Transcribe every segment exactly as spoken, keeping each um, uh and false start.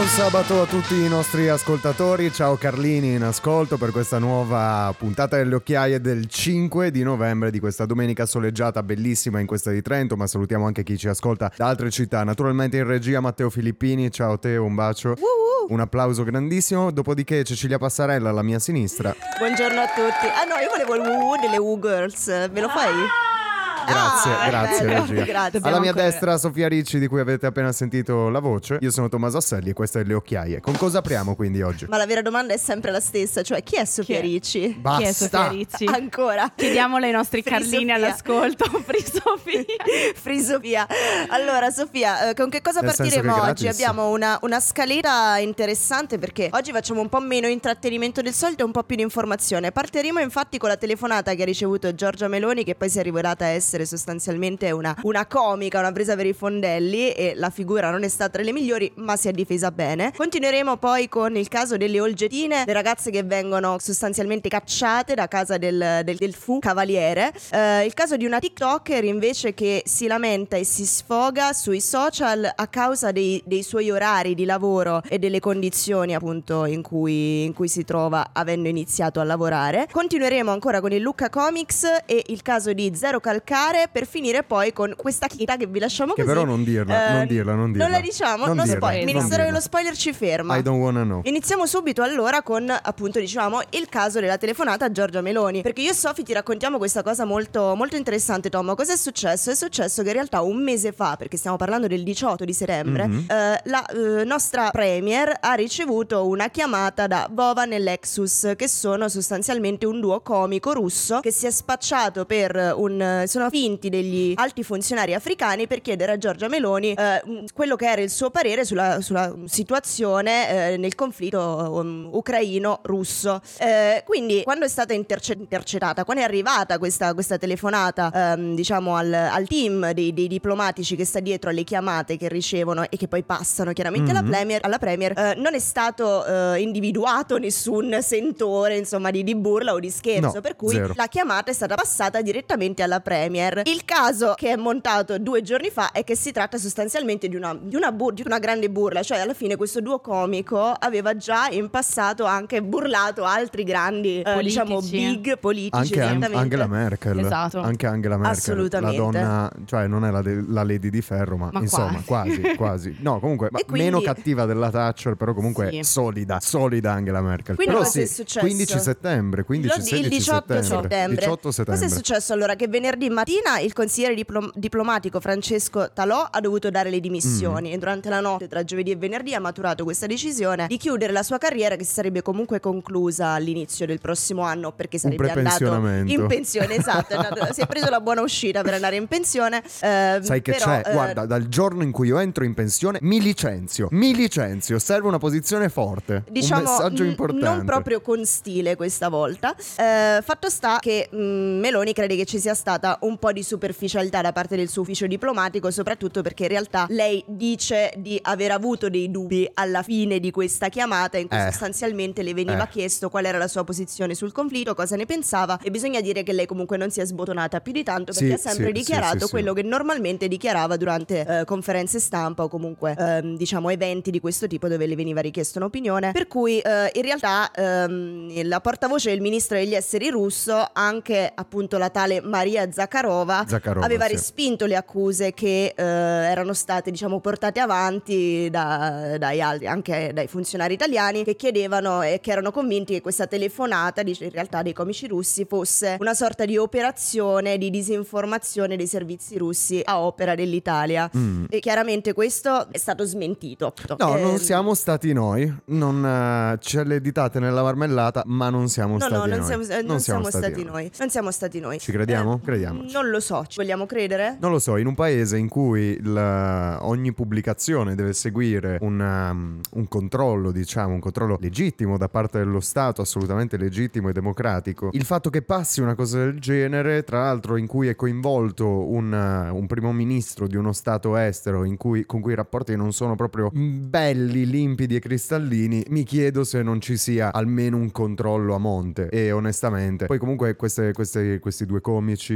Buon sabato a tutti i nostri ascoltatori, ciao Carlini in ascolto per questa nuova puntata delle occhiaie del cinque di novembre di questa domenica soleggiata bellissima in questa di Trento, ma salutiamo anche chi ci ascolta da altre città, naturalmente in regia Matteo Filippini, ciao Teo, un bacio, uh-huh. Un applauso grandissimo, dopodiché Cecilia Passarella alla mia sinistra. Buongiorno a tutti. Ah no, io volevo il woo delle Woo Girls, me lo fai? Grazie, ah, grazie bello, regia. grazie. Alla mia ancora... destra Sofia Ricci, di cui avete appena sentito la voce. Io sono Tommaso Asselli e queste sono Le Occhiaie. Con cosa apriamo quindi oggi? Ma la vera domanda è sempre la stessa, cioè chi è Sofia chi è? Ricci? Basta. Chi è Sofia Ricci? Ancora. Chiediamole ai nostri Free Carlini Sofia. all'ascolto. Free Sofia. Free Sofia. Allora Sofia, eh, con che cosa Nel senso partiremo che oggi? gratis. Abbiamo una, una scaletta interessante perché oggi facciamo un po' meno intrattenimento del solito e un po' più di informazione. Partiremo infatti con la telefonata che ha ricevuto Giorgia Meloni, che poi si è rivelata essere sostanzialmente una, una comica, una presa per i fondelli, e la figura non è stata tra le migliori, ma si è difesa bene. Continueremo poi con il caso delle olgettine, le ragazze che vengono sostanzialmente cacciate da casa del, del, del fu cavaliere. Eh, il caso di una TikToker invece che si lamenta e si sfoga sui social a causa dei, dei suoi orari di lavoro e delle condizioni appunto in cui, in cui si trova avendo iniziato a lavorare. Continueremo ancora con il Lucca Comics e il caso di Zero Calcare, per finire poi con questa chita che vi lasciamo Che così. però non dirla, Eh, non dirla, non dirla. Non la diciamo, Non non dirla, spoiler. Il non Ministero dirla. dello Spoiler ci ferma. I don't wanna know. Iniziamo subito allora con, appunto, diciamo, il caso della telefonata a Giorgia Meloni. Perché io e Sofi ti raccontiamo questa cosa molto, molto interessante, Tom. Cosa è successo? È successo che in realtà un mese fa, perché stiamo parlando del diciotto di settembre, Mhm. eh, la eh, nostra premier ha ricevuto una chiamata da Vovan e Lexus, che sono sostanzialmente un duo comico russo che si è spacciato per un... sono finti degli alti funzionari africani per chiedere a Giorgia Meloni eh, quello che era il suo parere sulla, sulla situazione eh, nel conflitto um, ucraino-russo. Eh, quindi quando è stata interce- intercettata, quando è arrivata questa, questa telefonata ehm, diciamo al, al team dei, dei diplomatici che sta dietro alle chiamate che ricevono e che poi passano chiaramente Mhm. alla premier, alla premier eh, non è stato eh, individuato nessun sentore insomma di, di burla o di scherzo, No, per cui zero. la chiamata è stata passata direttamente alla premier. Il caso che è montato due giorni fa è che si tratta sostanzialmente di una, di una, bur- di una grande burla, cioè alla fine questo duo comico aveva già in passato anche burlato altri grandi eh, Politici. diciamo big politici. Anche An- esattamente. Angela Merkel. Esatto. Anche Angela Merkel. Assolutamente. La donna, cioè non è la, de- la Lady di Ferro, ma, Ma insomma, quasi, quasi. No, comunque, ma E quindi- meno cattiva della Thatcher, però comunque Sì. solida, solida Angela Merkel. Quindi però cosa sì, è successo? quindici settembre, quindici Lo- sedici il diciotto settembre. settembre. diciotto settembre. Cosa è successo allora? Che venerdì mattina il consigliere diplo- diplomatico Francesco Talò ha dovuto dare le dimissioni Mm. e durante la notte tra giovedì e venerdì ha maturato questa decisione di chiudere la sua carriera, che si sarebbe comunque conclusa all'inizio del prossimo anno, perché sarebbe andato prepensionamento. in pensione. Esatto, è andato- si è preso la buona uscita per andare in pensione. eh, Sai che però, c'è? eh, Guarda, dal giorno in cui io entro in pensione mi licenzio, mi licenzio, serve una posizione forte, Diciamo un messaggio n- importante. non proprio con stile questa volta. Eh, fatto sta che mh, Meloni crede che ci sia stata un po' di superficialità da parte del suo ufficio diplomatico, soprattutto perché in realtà lei dice di aver avuto dei dubbi alla fine di questa chiamata in cui Eh. sostanzialmente le veniva Eh. chiesto qual era la sua posizione sul conflitto, cosa ne pensava, e bisogna dire che lei comunque non si è sbotonata più di tanto, perché Sì, ha sempre sì, dichiarato sì, sì, quello sì. che normalmente dichiarava durante eh, conferenze stampa o comunque ehm, diciamo eventi di questo tipo dove le veniva richiesta un'opinione, per cui eh, in realtà ehm, la portavoce del ministro degli esteri russo, anche appunto la tale Maria Zakharova, Zakharova, aveva sì. respinto le accuse che eh, erano state diciamo portate avanti da, dai altri, anche dai funzionari italiani, che chiedevano e che erano convinti che questa telefonata dice, in realtà dei comici russi fosse una sorta di operazione di disinformazione dei servizi russi a opera dell'Italia. Mm. E chiaramente questo è stato smentito. No, Eh, non siamo stati noi, non eh, ce le ditate nella marmellata, ma non siamo No, stati no, non noi. siamo, eh, non siamo stati noi. Non siamo stati noi. Ci crediamo? Eh, Crediamoci. Non lo so, ci vogliamo credere? Non lo so, in un paese in cui il- ogni pubblicazione deve seguire un, um, un controllo, diciamo, un controllo legittimo da parte dello Stato, assolutamente legittimo e democratico, il fatto che passi una cosa del genere, tra l'altro in cui è coinvolto un, uh, un primo ministro di uno Stato estero in cui, con cui i rapporti non sono proprio belli, limpidi e cristallini, mi chiedo se non ci sia almeno un controllo a monte. E onestamente, poi comunque queste, queste, questi due comici, Vova e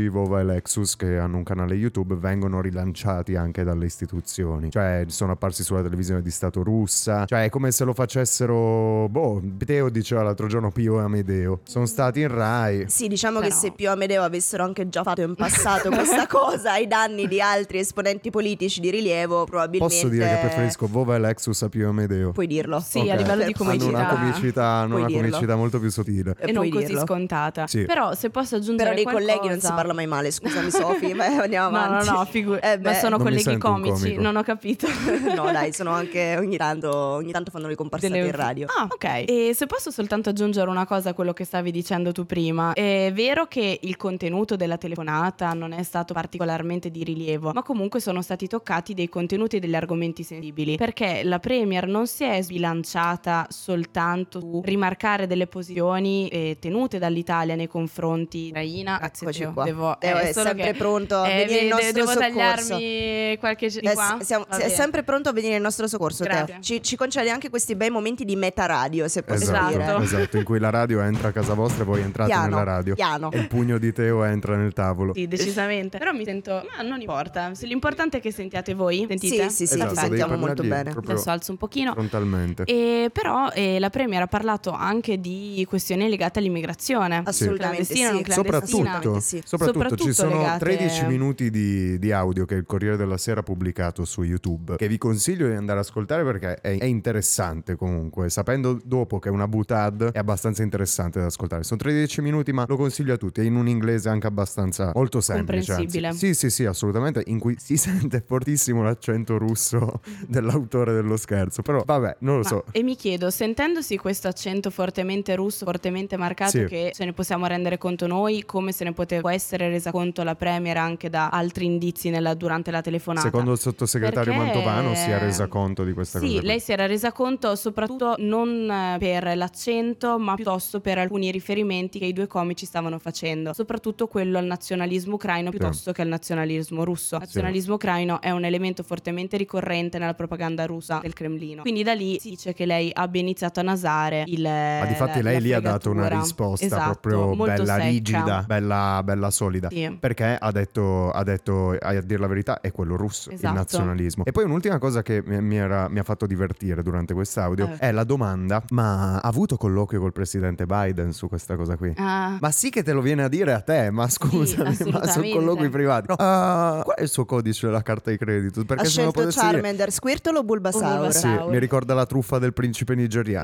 Lexus, che hanno un canale YouTube, vengono rilanciati anche dalle istituzioni, cioè sono apparsi sulla televisione di Stato russa, cioè è come se lo facessero, boh, Teo diceva l'altro giorno Pio e Amedeo, sono stati in Rai. Sì, diciamo Però... che se Pio e Amedeo avessero anche già fatto in passato questa cosa ai danni di altri esponenti politici di rilievo, probabilmente... Posso dire che preferisco Vova e Lexus a Pio e Amedeo? Puoi dirlo. Sì, Ok. a livello di Per- comicità. Hanno una comicità, hanno Puoi una dirlo. comicità molto più sottile. E non puoi così dirlo. scontata. Sì. Però se posso aggiungere Però dei qualcosa... colleghi non si parla mai male, scusami Sofi, beh, andiamo No, no, avanti. no, figu- Eh beh. ma sono Non mi colleghi sento un comici, comico. non ho capito. No dai, sono anche ogni tanto, ogni tanto fanno le comparsate Delle- in radio. Ah, ok. E se posso soltanto aggiungere una cosa a quello che stavi dicendo tu prima, è vero che il contenuto della telefonata non è stato particolarmente di rilievo, ma comunque sono stati toccati dei contenuti e degli argomenti sensibili, perché la Premier non si è sbilanciata soltanto su rimarcare delle posizioni eh, tenute dall'Italia nei confronti dell'Ucraina. Grazie, Eccoci Teo. qua. Devo, Teo eh, è solo sempre che- pronto a eh, venire in de- nostro devo soccorso. tagliarmi qualche di Eh, qua? s- siamo- Va è bene. sempre pronto a venire in nostro soccorso, Teo. Grazie. Ci, ci concedi anche questi bei momenti di meta radio, se posso Esatto, dire. esatto, in cui la radio entra a casa vostra e voi entrate Piano, nella radio piano. e il pugno di Teo entra nel tavolo. Sì, decisamente. Però mi sento. Ma non importa. Se l'importante è che sentiate voi. Sentite? Sì, sì, sì, Esatto, ti devi sentiamo molto parlargli bene. proprio Adesso alzo un pochino. frontalmente. E però eh, la Premier ha parlato anche di questioni legate all'immigrazione. Assolutamente sì. Clandestina, non clandestina. Soprattutto, sì. soprattutto ci Soprattutto sono legate- tredici minuti di, di audio che il Corriere della Sera ha pubblicato su YouTube, che vi consiglio di andare ad ascoltare perché è, è interessante comunque, sapendo dopo che è una butad è abbastanza interessante da ascoltare. Sono tredici minuti ma lo consiglio a tutti, è in un inglese anche abbastanza molto semplice. Comprensibile. Anzi. Sì, sì, sì, assolutamente, in cui si sente fortissimo l'accento russo dell'autore dello scherzo, però vabbè, non lo Ma- so. E mi chiedo, sentendosi questo accento fortemente russo, fortemente marcato, Sì. che ce ne possiamo rendere conto noi, come se ne poteva essere resa conto la Premier anche da altri indizi nella- durante la telefonata? Secondo il sottosegretario Perché- Mantovano si è resa conto di questa Sì, cosa qui. lei si era resa conto soprattutto non eh, per l'accento, ma piuttosto per alcuni riferimenti che i due comici stavano facendo, soprattutto quello al nazionalismo ucraino piuttosto che al nazionalismo russo. Il nazionalismo ucraino è un elemento fortemente ricorrente nella propaganda russa del Cremlino. Quindi da lì si dice che lei abbia iniziato a nasare il Ma difatti la- lei la lì ha dato una fregatura. risposta Esatto, proprio molto bella secca. rigida, bella, bella solida. Sì. Perché ha detto, ha detto, a dire la verità, è quello russo, Esatto. il nazionalismo. E poi un'ultima cosa che mi, mi era- mi ha fatto divertire durante quest'audio Eh. è la domanda: ma ha avuto colloquio col presidente Biden su questa cosa qui? Ah, Ma sì che te lo viene a dire a te, ma scusami, ma sono assolutamente. colloqui privati. No, ah, qual è il suo codice della carta di credito? Perché Ha se me lo scelto potessi dire... Charmander, Squirtle o Bulbasaur? O Bulbasaur. Sì, mi ricorda la truffa del principe nigeriano.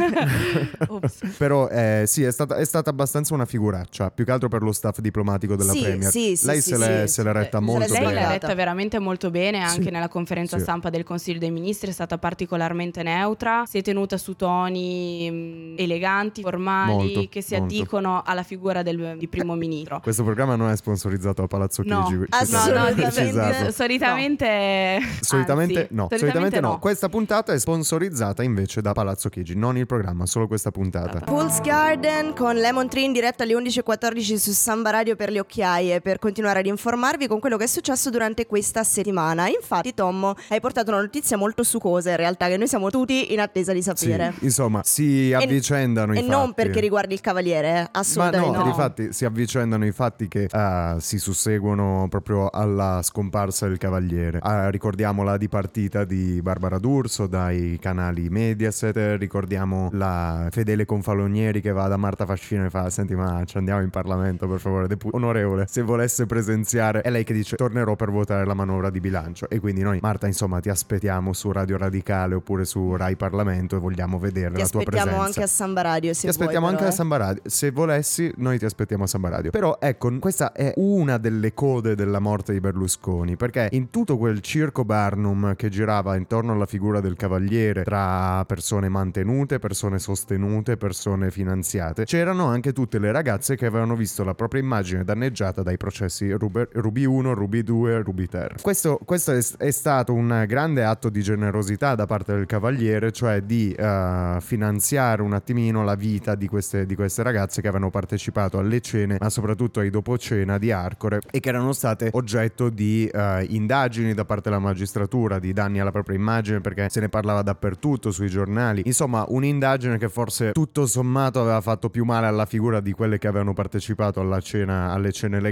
ops. Però eh, sì, è stata, è stata abbastanza una figuraccia, più che altro per lo staff diplomatico della Sì, Premier. sì, sì, Lei sì, se, l'è, sì. se l'è retta Eh, molto se l'è Lei bene. l'ha spiegata. retta veramente molto bene, anche Sì. nella conferenza Sì. stampa del Consiglio dei Ministri è stata particolarmente neutra, si è tenuta su toni mh, eleganti, formali, Molto, che si molto. addicono alla figura del, di primo ministro. Questo programma non è sponsorizzato a Palazzo No, Chigi. ci no, tengo no, a di- precisarlo. di- solitamente Solitamente anzi, no, solitamente no. Questa puntata è sponsorizzata invece da Palazzo Chigi, non il programma, solo questa puntata. Pulse Garden con Lemon Tree in diretta alle undici e quattordici su Samba Radio per le occhiaie, per continuare ad informarvi con quello che è successo durante questa settimana. Infatti Tommo hai portato una notizia molto succosa in realtà, che noi siamo tutti in attesa di Sì, sapere. insomma, si avvicendano E i fatti. non perché riguardi il cavaliere, eh, Ma assolutamente no, no. infatti si avvicendano i fatti che ah, si susseguono proprio alla scomparsa del cavaliere. Ah, ricordiamo la dipartita di Barbara D'Urso dai canali Mediaset, ricordiamo la fedele Confalonieri che va da Marta Fascino e fa: senti, ma ci andiamo in Parlamento per favore, Depu- onorevole, se volesse presenziare. È lei che dice: tornerò per votare la manovra di bilancio. E quindi noi, Marta, insomma, ti aspettiamo su Radio Radicale oppure su Rai Parlamento e vogliamo vedere Ti la tua aspettiamo presenza. anche a Samba Radio se Ti aspettiamo vuoi, anche però, a Samba Radio. Se volessi, noi ti aspettiamo a Samba Radio. Però ecco, questa è una delle code della morte di Berlusconi, perché in tutto quel circo Barnum che girava intorno alla figura del cavaliere, tra persone mantenute, persone sostenute, persone finanziate, c'erano anche tutte le ragazze che avevano visto la propria immagine danneggiata dai processi Rube- Ruby uno, Ruby due, Ruby tre. Questo, questo è, è stato un grande atto di generosità da parte del cavaliere, cioè di eh, finanziare un attimino la vita di queste, di queste ragazze che avevano partecipato alle cene, ma soprattutto ai dopo cena di Arcore, e che erano state oggetto di eh, indagini da parte della magistratura, di danni alla propria immagine, perché se ne parlava dappertutto sui giornali. Insomma, un'indagine che forse tutto sommato aveva fatto più male alla figura di quelle che avevano partecipato alla cena, alle cene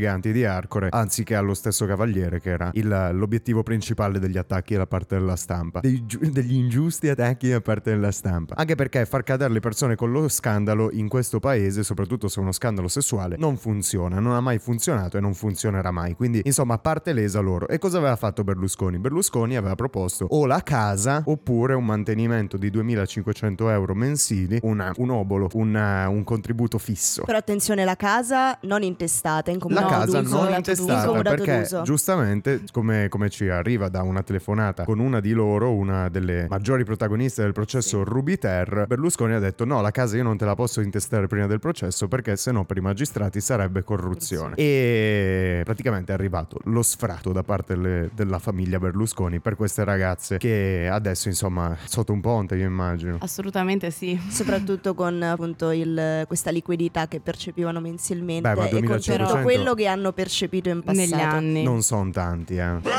eleganti di Arcore, anziché allo stesso cavaliere che era il, l'obiettivo principale degli attacchi da parte della stampa, dei, degli ingiusti attacchi da parte della stampa. Anche perché far cadere le persone con lo scandalo in questo paese, soprattutto se è uno scandalo sessuale, non funziona, non ha mai funzionato e non funzionerà mai. Quindi insomma parte lesa loro. E cosa aveva fatto Berlusconi? Berlusconi aveva proposto o la casa oppure un mantenimento di duemilacinquecento euro mensili, una, un obolo, una, un contributo fisso. Però attenzione, la casa non intestata, in La comodato casa d'uso, non intestata, incomodato perché d'uso. giustamente come, come ci arriva da una telefonata con una di loro, una delle maggiori protagoniste del processo Sì. Rubiter, Berlusconi ha detto no, la casa io non te la posso intestare prima del processo perché sennò per i magistrati sarebbe corruzione. E praticamente è arrivato lo sfratto da parte le, della famiglia Berlusconi per queste ragazze che adesso insomma sotto un ponte, io immagino. Assolutamente sì. Soprattutto con appunto il, questa liquidità che percevano mensilmente. Beh, ma e con duemilacinquecento tutto quello che hanno percepito in passato. Negli anni. Non sono tanti, eh. No.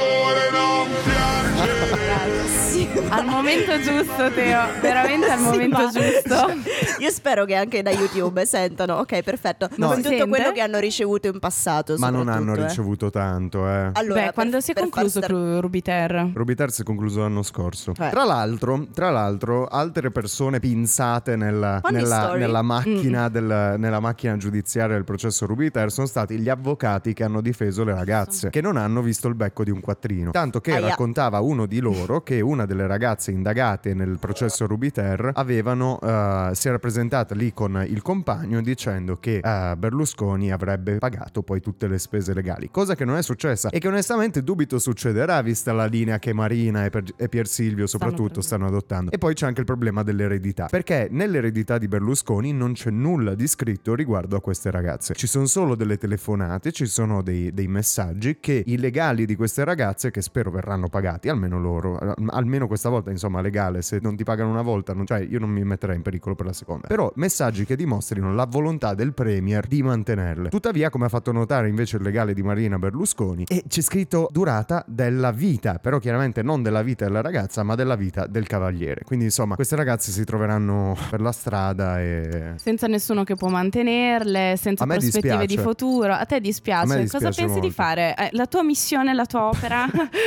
Sì. Al momento giusto, Teo, veramente al Sì, momento ma- giusto. Io spero che anche da YouTube sentano. Ok, perfetto. No. Con Si tutto sente? quello che hanno ricevuto in passato. Ma non hanno soprattutto, eh. ricevuto tanto, eh. Allora, Beh, per- quando si è per far concluso star- Cru- Rubiter? Rubiter si è concluso l'anno scorso. Cioè. Tra l'altro, tra l'altro, altre persone pinzate nella, Funny nella, story. nella macchina Mm. del, nella macchina giudiziaria del processo Rubiter sono stati gli avvocati che hanno difeso le ragazze, che non hanno visto il becco di un quattrino. Tanto che Aia. raccontava uno di loro che una delle ragazze indagate nel processo Rubiter avevano eh, si era presentata lì con il compagno dicendo che eh, Berlusconi avrebbe pagato poi tutte le spese legali, cosa che non è successa e che onestamente dubito succederà vista la linea che Marina e, per- e Pier Silvio soprattutto stanno, Stanno adottando. E poi c'è anche il problema dell'eredità, perché nell'eredità di Berlusconi non c'è nulla di scritto riguardo a queste ragazze, ci sono solo delle telefonate, ci sono dei, dei messaggi che i legali di queste ragazze, che spero verranno pagati, almeno loro, al- almeno questa volta insomma legale, se non ti pagano una volta non, cioè io non mi metterei in pericolo per la seconda, però messaggi che dimostrino la volontà del premier di mantenerle. Tuttavia, come ha fatto notare invece il legale di Marina Berlusconi, e c'è scritto durata della vita, però chiaramente non della vita della ragazza ma della vita del cavaliere, quindi insomma queste ragazze si troveranno per la strada e Senza nessuno che può mantenerle, senza A me prospettive dispiace. di futuro. A te dispiace? A me Cosa dispiace pensi di molto. fare? Eh, la tua missione, la tua opera?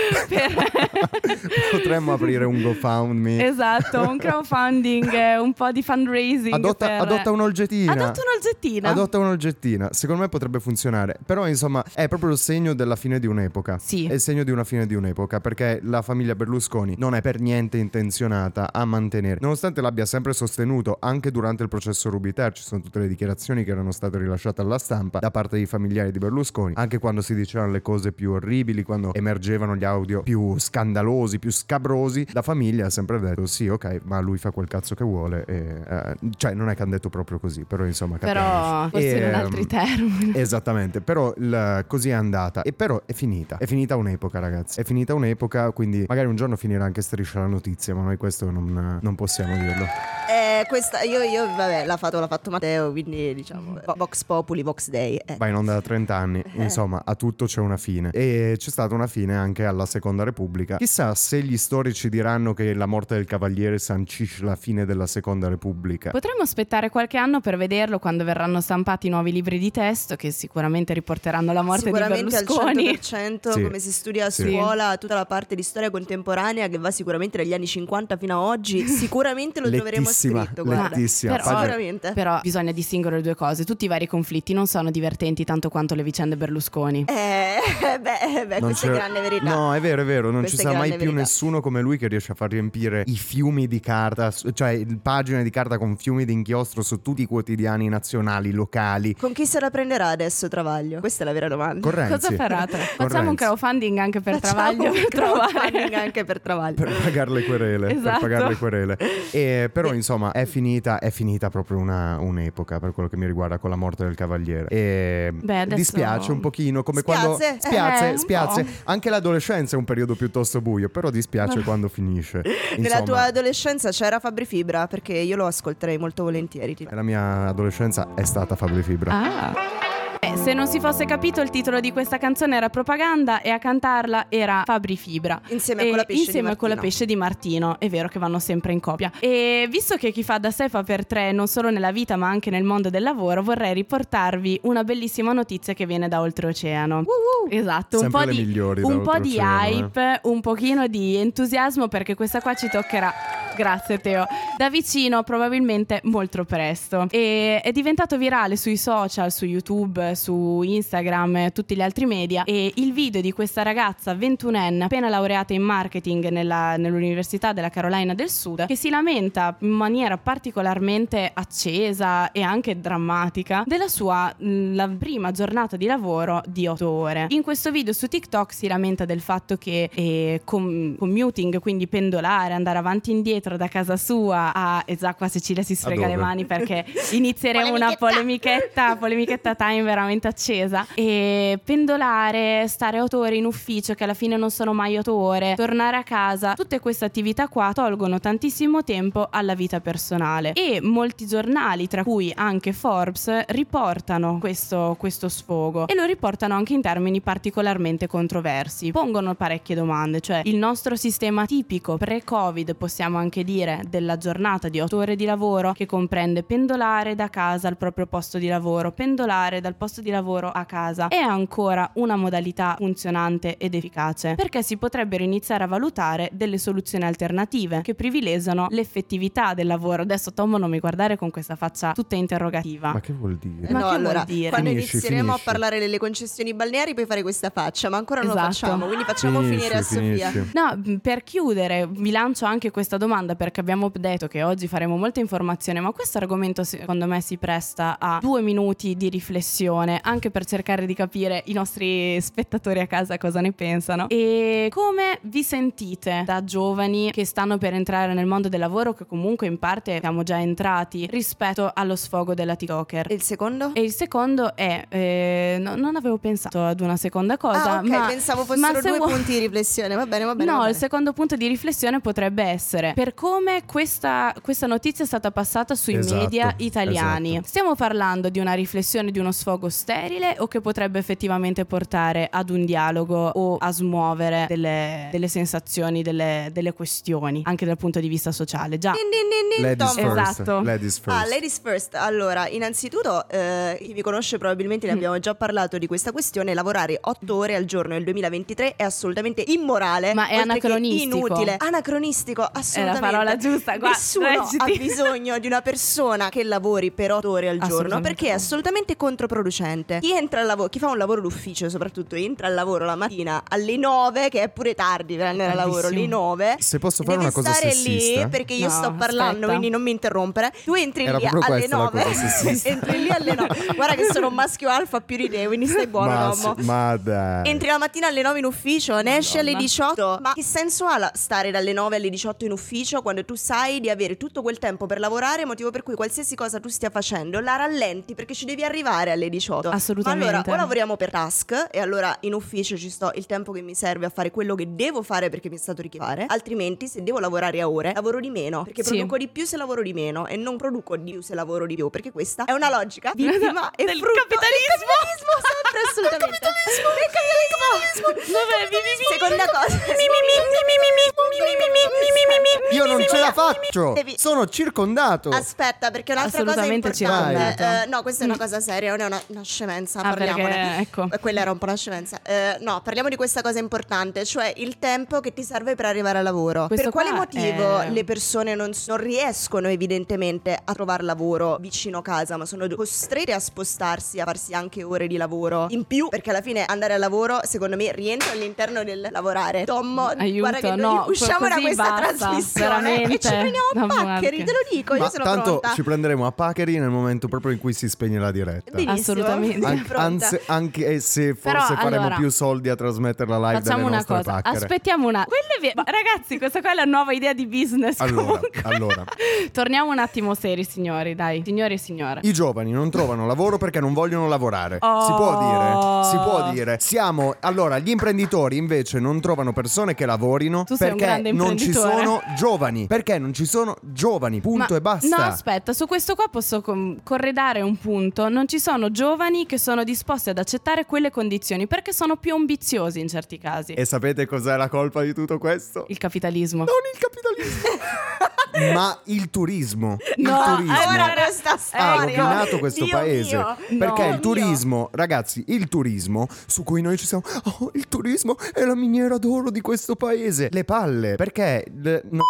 per... potremmo aprire un GoFundMe. Esatto, un crowdfunding, eh, un po' di fundraising. Adotta, per... adotta un'olgettina. Adotta un'olgettina. Adotta un'olgettina. Secondo me potrebbe funzionare. Però insomma è proprio il segno della fine di un'epoca. Sì. È il segno di una fine di un'epoca, perché la famiglia Berlusconi non è per niente intenzionata a mantenere, nonostante l'abbia sempre sostenuto anche durante il processo Rubiter. Ci sono tutte le dichiarazioni che erano state rilasciate alla stampa da parte dei familiari di Berlusconi, anche quando si dicevano le cose più orribili, quando emergevano gli audio più scandalosi, più scabrosi. La famiglia ha sempre detto sì, ok, ma lui fa quel cazzo che vuole e, eh, cioè non è che hanno detto proprio così, però insomma Però forse E, in altri ehm, termini. Esattamente, però il- così è andata. E però è finita. È finita un'epoca, ragazzi. È finita un'epoca, quindi magari un giorno finirà anche Striscia la Notizia, ma noi questo non, non possiamo dirlo. Eh, questa io, io vabbè, l'ha fatto, l'ha fatto Matteo, quindi diciamo Vo- Vox Populi, Vox Day. Eh. Va in onda da trenta anni, insomma, a tutto c'è una fine. E c'è stata una fine anche alla Seconda Repubblica. Chissà se gli storici diranno che la morte del Cavaliere sancisce la fine della Seconda Repubblica. Potremmo aspettare qualche anno per vederlo quando verranno stampati i nuovi libri di testo che sicuramente riporteranno la morte di Sicuramente al cento Berlusconi. per cento Sì. come si studia a Sì. scuola, tutta la parte di storia contemporanea che va sicuramente dagli anni cinquanta fino a oggi, sicuramente lo troveremo Lettissima, scritto, guarda. lettissima. Però- Pagina- Sicuramente. Però bisogna distinguere le due cose. Tutti i vari conflitti non sono divertenti tanto quanto le vicende Berlusconi. Eh, beh, beh Non questa c'è- è grande verità. No, è vero, è vero, non Questa ci è sarà mai grande più verità. nessuno come lui che riesce a far riempire i fiumi di carta, s- cioè il- pagine di carta con fiumi di inchiostro su tutti i quotidiani nazionali, locali. Con chi se la prenderà adesso Travaglio? Questa è la vera domanda. Con Renzi. Cosa farà? Tra- Con Facciamo un Renzi. crowdfunding anche per Facciamo Travaglio un per trovare. crowdfunding anche per Travaglio. Per pagare le querele, per Esatto. pagare le querele. E, però insomma è finita, è finita proprio una, un'epoca per quello che mi riguarda con la morte del Cavaliere. E Beh, adesso- dispiace un pochino, come Spiazze? quando Eh, spiazze, un spiazze. po'. Anche l'adolescenza è un periodo piuttosto buio, però dispiace quando finisce. Nella Insomma, tua adolescenza c'era Fabri Fibra? Perché io lo ascolterei molto volentieri. tipo. la mia adolescenza è stata Fabri Fibra. Ah. Eh, Se non si fosse capito, il titolo di questa canzone era Propaganda e a cantarla era Fabri Fibra. Insieme a con la pesce insieme di a con la pesce di Martino. È vero che vanno sempre in coppia. E visto che chi fa da sé fa per tre, non solo nella vita ma anche nel mondo del lavoro, vorrei riportarvi una bellissima notizia che viene da oltreoceano. Uh-huh. Esatto, un sempre po' le di migliori un da po' di oltreoceano, hype, eh. un pochino di entusiasmo, perché questa qua ci toccherà, grazie Teo, da vicino, probabilmente molto presto. E è diventato virale sui social, su YouTube, su Instagram e tutti gli altri media, e il video di questa ragazza ventunenne appena laureata in marketing nella, nell'Università della Carolina del Sud, che si lamenta in maniera particolarmente accesa e anche drammatica della sua mh, la prima giornata di lavoro di otto ore. In questo video su TikTok si lamenta del fatto che eh, com- commuting, quindi pendolare, andare avanti e indietro da casa sua a... E già qua Cecilia si sfrega le mani perché inizieremo una polemichetta polemichetta time veramente accesa. E pendolare, stare otto ore in ufficio che alla fine non sono mai otto ore, tornare a casa, tutte queste attività qua tolgono tantissimo tempo alla vita personale, e molti giornali, tra cui anche Forbes, riportano questo, questo sfogo, e lo riportano anche in termini particolarmente controversi. Pongono parecchie domande, cioè il nostro sistema tipico pre-Covid, possiamo anche dire, della giornata di otto ore di lavoro, che comprende pendolare da casa al proprio posto di lavoro, pendolare dal posto di lavoro a casa, è ancora una modalità funzionante ed efficace? Perché si potrebbero iniziare a valutare delle soluzioni alternative che privilegiano l'effettività del lavoro. Adesso Tom, non mi guardare con questa faccia tutta interrogativa. Ma che vuol dire? Ma no, che allora, vuol dire? quando Finisci, inizieremo finisci. a parlare delle concessioni balneari puoi fare questa faccia, ma ancora non Esatto. lo facciamo, quindi facciamo Finisci, finire a Sofia. finisci. No, per chiudere vi lancio anche questa domanda, perché abbiamo detto che oggi faremo molta informazione, ma questo argomento secondo me si presta a due minuti di riflessione, anche per cercare di capire i nostri spettatori a casa cosa ne pensano. E come vi sentite da giovani che stanno per entrare nel mondo del lavoro, che comunque in parte siamo già entrati, rispetto allo sfogo della TikToker? E il secondo? E il secondo è eh, no, non avevo pensato ad una seconda cosa. Ah, ok, ma, pensavo ma fossero se due vuoi- punti di riflessione. Va bene, va bene. No, va il bene. secondo punto di riflessione potrebbe essere per come questa, questa notizia è stata passata sui Esatto, media italiani. esatto. Stiamo parlando di una riflessione, di uno sfogo sterile, o che potrebbe effettivamente portare ad un dialogo o a smuovere delle, delle sensazioni, delle, delle questioni, anche dal punto di vista sociale? Già. Din, din, din, din, Ladies Tom. first. Esatto. Ladies first. Ah, ladies first. Allora, innanzitutto, eh, chi mi conosce probabilmente ne abbiamo già parlato di questa questione. Lavorare otto ore al giorno nel duemilaventitré è assolutamente immorale. Ma è oltre che anacronistico. inutile. Anacronistico, assolutamente. È la parola giusta. Guarda, Nessuno reciti. ha bisogno di una persona che lavori per otto ore al giorno, Assolutamente perché è no. assolutamente controproducente. Chi entra al lavoro, chi fa un lavoro d'ufficio soprattutto, entra al lavoro la mattina alle nove, che è pure tardi per andare al lavoro, alle Tardissimo. nove. Se posso fare Devi una cosa stare sessista, lì perché io No, sto parlando, aspetta. quindi non mi interrompere. Tu entri Era lì proprio alle questa la nove. cosa sessista. Entri lì alle nove. Guarda che sono un maschio alfa più di te, quindi stai buono, ma, uomo. sì, ma dai. Entri la mattina alle nove in ufficio, ne esci alle Madonna. diciotto. Ma che senso ha la- stare dalle nove alle diciotto in ufficio quando tu sai di avere tutto quel tempo per lavorare, motivo per cui qualsiasi cosa tu stia facendo la rallenti perché ci devi arrivare alle diciotto. Assolutamente. Ma allora o lavoriamo per task e allora in ufficio ci sto il tempo che mi serve a fare quello che devo fare perché mi è stato richiesto fare. Altrimenti se devo lavorare a ore lavoro di meno, perché Sì. produco di più se lavoro di meno e non produco di più se lavoro di più, perché questa è una logica vittima e Del frutto capitalismo. del capitalismo sempre assolutamente. Del capitalismo. Dov'è? Mi, mi, mi, Seconda cosa. Io non ce la faccio. Devi- Sono circondato. Aspetta, perché un'altra cosa Assolutamente importante. circondato. Eh, no, questa è una cosa seria, non è una, una scemenza. Ah, parliamone. perché, ecco. Eh, Quella era un po' una scemenza. Eh, no, parliamo di questa cosa importante, cioè il tempo che ti serve per arrivare al lavoro. Questo per quale qua motivo è- le persone non, non riescono evidentemente a trovare lavoro vicino casa, ma sono costrette a spostarsi, a farsi anche ore di lavoro in più, perché alla fine andare al lavoro, secondo me, rientra all'interno del lavorare. Tom, Aiuto, guarda che no, noi usciamo da così questa basta, trasmissione veramente. e ci prendiamo a No, paccheri, guarda. te lo dico, io Ma sono tanto pronta. ci prenderemo a paccheri nel momento proprio in cui si spegne la diretta. Benissimo, Assolutamente. sono An- pronta. anzi, anche se Però, forse faremo allora, più soldi a trasmetterla live dalle Facciamo una nostre cosa, pacchere. aspettiamo una. Quello è vero. Ma ragazzi, questa qua è la nuova idea di business. Allora, comunque. allora. Torniamo un attimo seri, signori, dai, signori e signore. I giovani non trovano lavoro perché non vogliono lavorare. Oh. Si può dire, si può dire. Siamo allora gli imprenditori invece non trovano persone che lavorino Tu sei un perché grande non ci imprenditore. sono giovani. Perché Perché non ci sono giovani, punto Ma, e basta. No, aspetta, su questo qua posso com- corredare un punto. Non ci sono giovani che sono disposti ad accettare quelle condizioni perché sono più ambiziosi in certi casi. E sapete cos'è la colpa di tutto questo? Il capitalismo. Non il capitalismo, ma il turismo. Il No, turismo Ora questa ha storia. rovinato questo Dio paese. mio. Perché No, il turismo, ragazzi, il turismo su cui noi ci siamo. Oh, il turismo è la miniera d'oro di questo paese. Le palle. Perché le- no.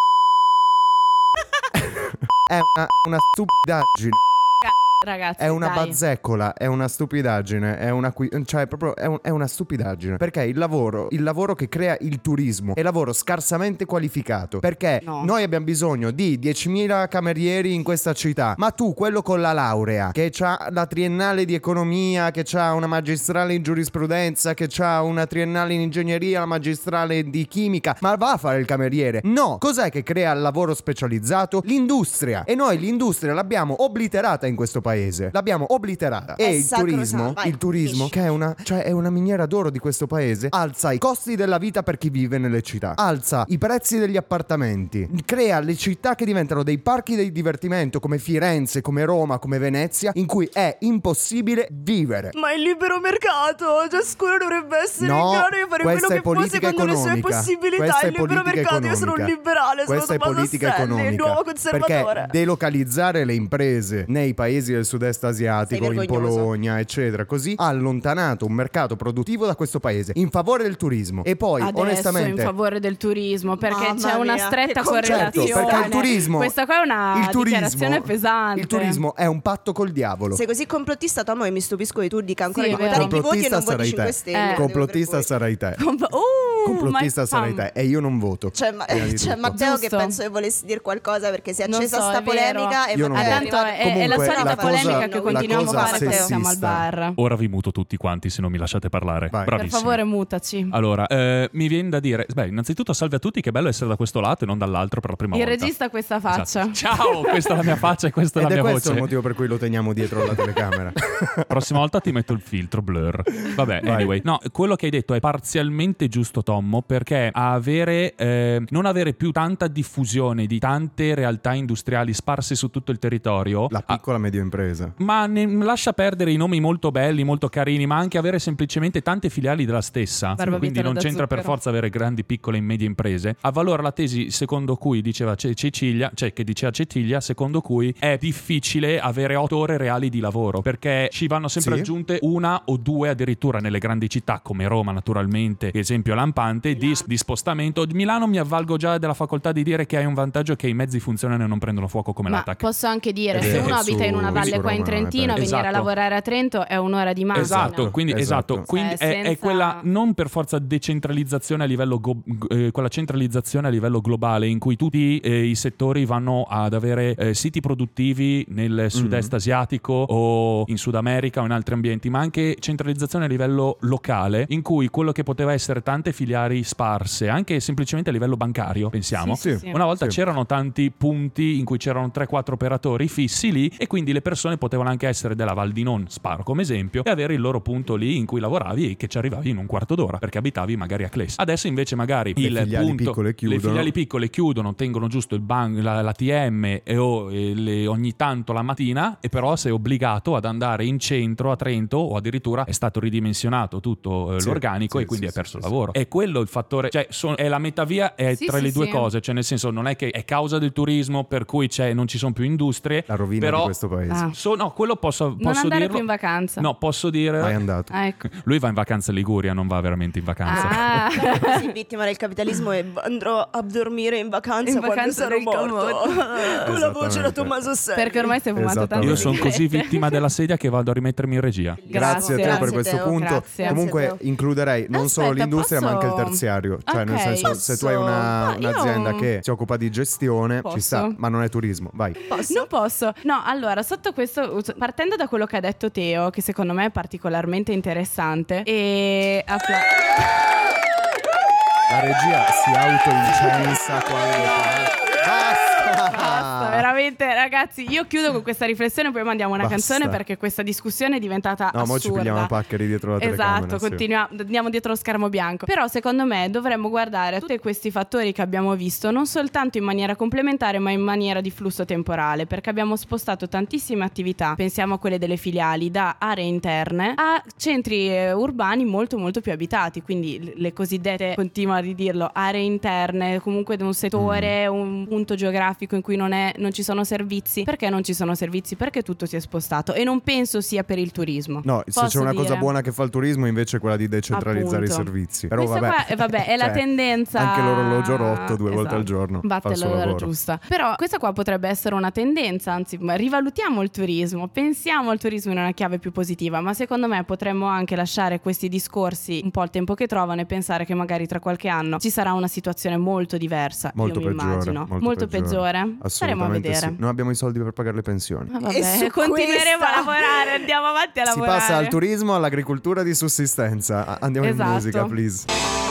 È una, una stupidaggine. Ragazzi, È una dai. bazzecola, è una stupidaggine, è una, qui- cioè proprio è, un- è una stupidaggine. Perché il lavoro, il lavoro che crea il turismo è lavoro scarsamente qualificato. Perché No. noi abbiamo bisogno di diecimila camerieri in questa città. Ma tu, quello con la laurea, che ha la triennale di economia, che ha una magistrale in giurisprudenza, che ha una triennale in ingegneria, la magistrale di chimica, ma va a fare il cameriere? No! Cos'è che crea il lavoro specializzato? L'industria. E noi l'industria l'abbiamo obliterata in questo paese. L'abbiamo obliterata. È E il sacrosanto. turismo, Vai, il turismo, finisci. che è una, cioè è una miniera d'oro di questo paese, alza i costi della vita per chi vive nelle città, alza i prezzi degli appartamenti, crea le città che diventano dei parchi di divertimento come Firenze, come Roma, come Venezia, in cui è impossibile vivere. Ma il libero mercato, ciascuno dovrebbe essere No, in grado di fare quello questa è che può politica secondo le sue economica. possibilità. Questa è Il libero politica mercato, io sono un economica. liberale, sono Questa è Tommaso politica Stelli, il economica. nuovo conservatore. Perché delocalizzare le imprese nei paesi del sud-est asiatico, Sei in vergognoso. Polonia, eccetera, così ha allontanato un mercato produttivo da questo paese in favore del turismo. E poi, Adesso onestamente, in favore del turismo perché Mamma c'è una mia, stretta che concetto. correlazione. certo, perché il turismo, Questa qua è una il turismo- dichiarazione pesante. Il turismo è un patto col diavolo. Sei così complottista, Tom, e mi stupisco che tu dica ancora Sì, di è vero. votare i voti e non voti sarai cinque te. Stelle. Eh. devo Complottista per cui. sarai te. Comp- uh, Complottista my sarai fam. te. E io non voto. C'è, ma- Prima di c'è tutto. Matteo che Giusto. penso che volessi dire qualcosa perché si è Non accesa so, sta è vero. polemica e Io non Matteo Ah, è voto. tanto arrivato- è, è la Comunque, solita la cosa- polemica che la continuiamo a cosa fare quando siamo al sessista. bar. Ora vi muto tutti quanti se non mi lasciate parlare. Vai. Per Bravissimi. favore, mutaci. Allora, eh, mi viene da dire, beh, innanzitutto salve a tutti, che bello essere da questo lato e non dall'altro per la prima Il volta. regista ha questa faccia. Esatto. Ciao, questa è la mia faccia e questa è Ed la è mia questo voce. il motivo per cui lo teniamo dietro la telecamera. Prossima volta ti metto il filtro blur. Vabbè, Vai. anyway. No, quello che hai detto è parzialmente giusto, Tommo, perché avere eh, non avere più tanta diffusione di tante realtà industriali sparse su tutto il territorio. La ah, piccola medio impresa. ma ne lascia perdere i nomi molto belli, molto carini, ma anche avere semplicemente tante filiali della stessa. Barbabietola Quindi non da c'entra per zucchero. forza avere grandi, piccole e medie imprese. Avvalora la tesi secondo cui diceva Ce- Cecilia, cioè che diceva Cecilia, secondo cui è difficile avere otto ore reali di lavoro perché ci vanno sempre Sì. aggiunte una o due addirittura nelle grandi città come Roma, naturalmente, esempio lampante di, di spostamento. Di Milano mi avvalgo già della facoltà di dire che hai un vantaggio che i mezzi funzionano e non prendono fuoco come Ma l'A T A C. posso anche dire, È se vero, uno abita in una su- valle su qua in Roma, Trentino, è vero. venire a Esatto. lavorare a Trento è un'ora di macchina. Esatto, quindi, Esatto. esatto, quindi Cioè, è, è senza- quella non per forza decentralizzazione a livello go- eh, quella centralizzazione a livello globale in cui tutti eh, i settori vanno ad avere eh, siti produttivi nel sud-est asiatico o in Sud America o in altri ambienti, ma anche centralizzazione a livello locale in cui quello che poteva essere tante filiali sparse, anche semplicemente a livello bancario, pensiamo. Sì, sì, Sì. sì. Una volta Sì. c'erano tanti punti in cui c'erano tre quattro operatori fissi lì e quindi le persone potevano anche essere della Val di Non, sparo come esempio, e avere il loro punto lì in cui lavoravi e che ci arrivavi in un quarto d'ora perché abitavi magari a Cles. Adesso invece magari Le il filiali punto, piccole chiudono. le filiali piccole chiudono, tengono giusto il ban- la, l'A T M e, o, e le- ogni tanto la mattina, e però sei obbligato ad andare in centro a Trento o addirittura è stato ridimensionato tutto eh, Sì, l'organico sì, e quindi sì, hai perso sì, il lavoro. È quello il fattore, cioè son- è la metà via è Sì, tra sì, le due sì. cose, cioè nel senso non è che è causa del turismo per cui c'è, non ci sono più industrie, La rovina però di questo paese. Ah. so- no, quello posso, Non posso andare dirlo. più in vacanza. No, posso dire Mai andato. Ah, ecco. lui va in vacanza in Liguria, non va veramente in vacanza. Ah. Sì, vittima del capitalismo e andrò a dormire in vacanza, In quando vacanza sarò nel morto. Con la voce da Esattamente. Tommaso Selli. Perché ormai si è fumato tanto Esattamente. Io sono così sigarette. vittima della sedia che vado a rimettermi in regia. Grazie a te Grazie, per questo Teo. punto. Grazie. Comunque Grazie, Teo. includerei non solo Aspetta, l'industria ma anche il posso- terziario. Cioè nel Ok. senso se tu hai una- Posso? Ma io- un'azienda che si occupa di gestione Posso? ci sta, ma non è turismo. Vai. Posso? Non posso. No, allora, sotto questo, partendo da quello che ha detto Teo, che secondo me è particolarmente interessante, e appla- La regia si autoincensa quando fa. Basta, veramente ragazzi, io chiudo con questa riflessione, poi mandiamo una Basta. canzone perché questa discussione è diventata No, mo ci assurda. pigliamo a paccheri dietro la telecamera. Esatto, sì. continuiamo, andiamo dietro lo schermo bianco. Però secondo me dovremmo guardare a tutti questi fattori che abbiamo visto non soltanto in maniera complementare ma in maniera di flusso temporale, perché abbiamo spostato tantissime attività, pensiamo a quelle delle filiali, da aree interne a centri eh, urbani molto molto più abitati, quindi le cosiddette, continuo a ridirlo, aree interne, comunque di un settore, mm. un punto geografico in cui non, è, non ci sono servizi. Perché non ci sono servizi? Perché tutto si è spostato, e non penso sia per il turismo. No, se Posso c'è una dire? cosa buona che fa il turismo invece è quella di decentralizzare Appunto. i servizi. Però Questa vabbè, qua, eh, vabbè, è la cioè, tendenza. Anche l'orologio rotto due Esatto. volte al giorno fa Batte il suo l'ora lavoro. giusta. Però questa qua potrebbe essere una tendenza, anzi rivalutiamo il turismo, pensiamo al turismo in una chiave più positiva, ma secondo me potremmo anche lasciare questi discorsi un po' al tempo che trovano e pensare che magari tra qualche anno ci sarà una situazione molto diversa. Molto io mi peggiore, immagino. molto Molto peggiore. peggiore. Staremo a Assolutamente vedere. sì. Non abbiamo i soldi per pagare le pensioni. Ah, vabbè, E su continueremo questa- a lavorare, andiamo avanti a Si lavorare. passa dal turismo all'agricoltura di sussistenza. A- Andiamo Esatto. in musica, please.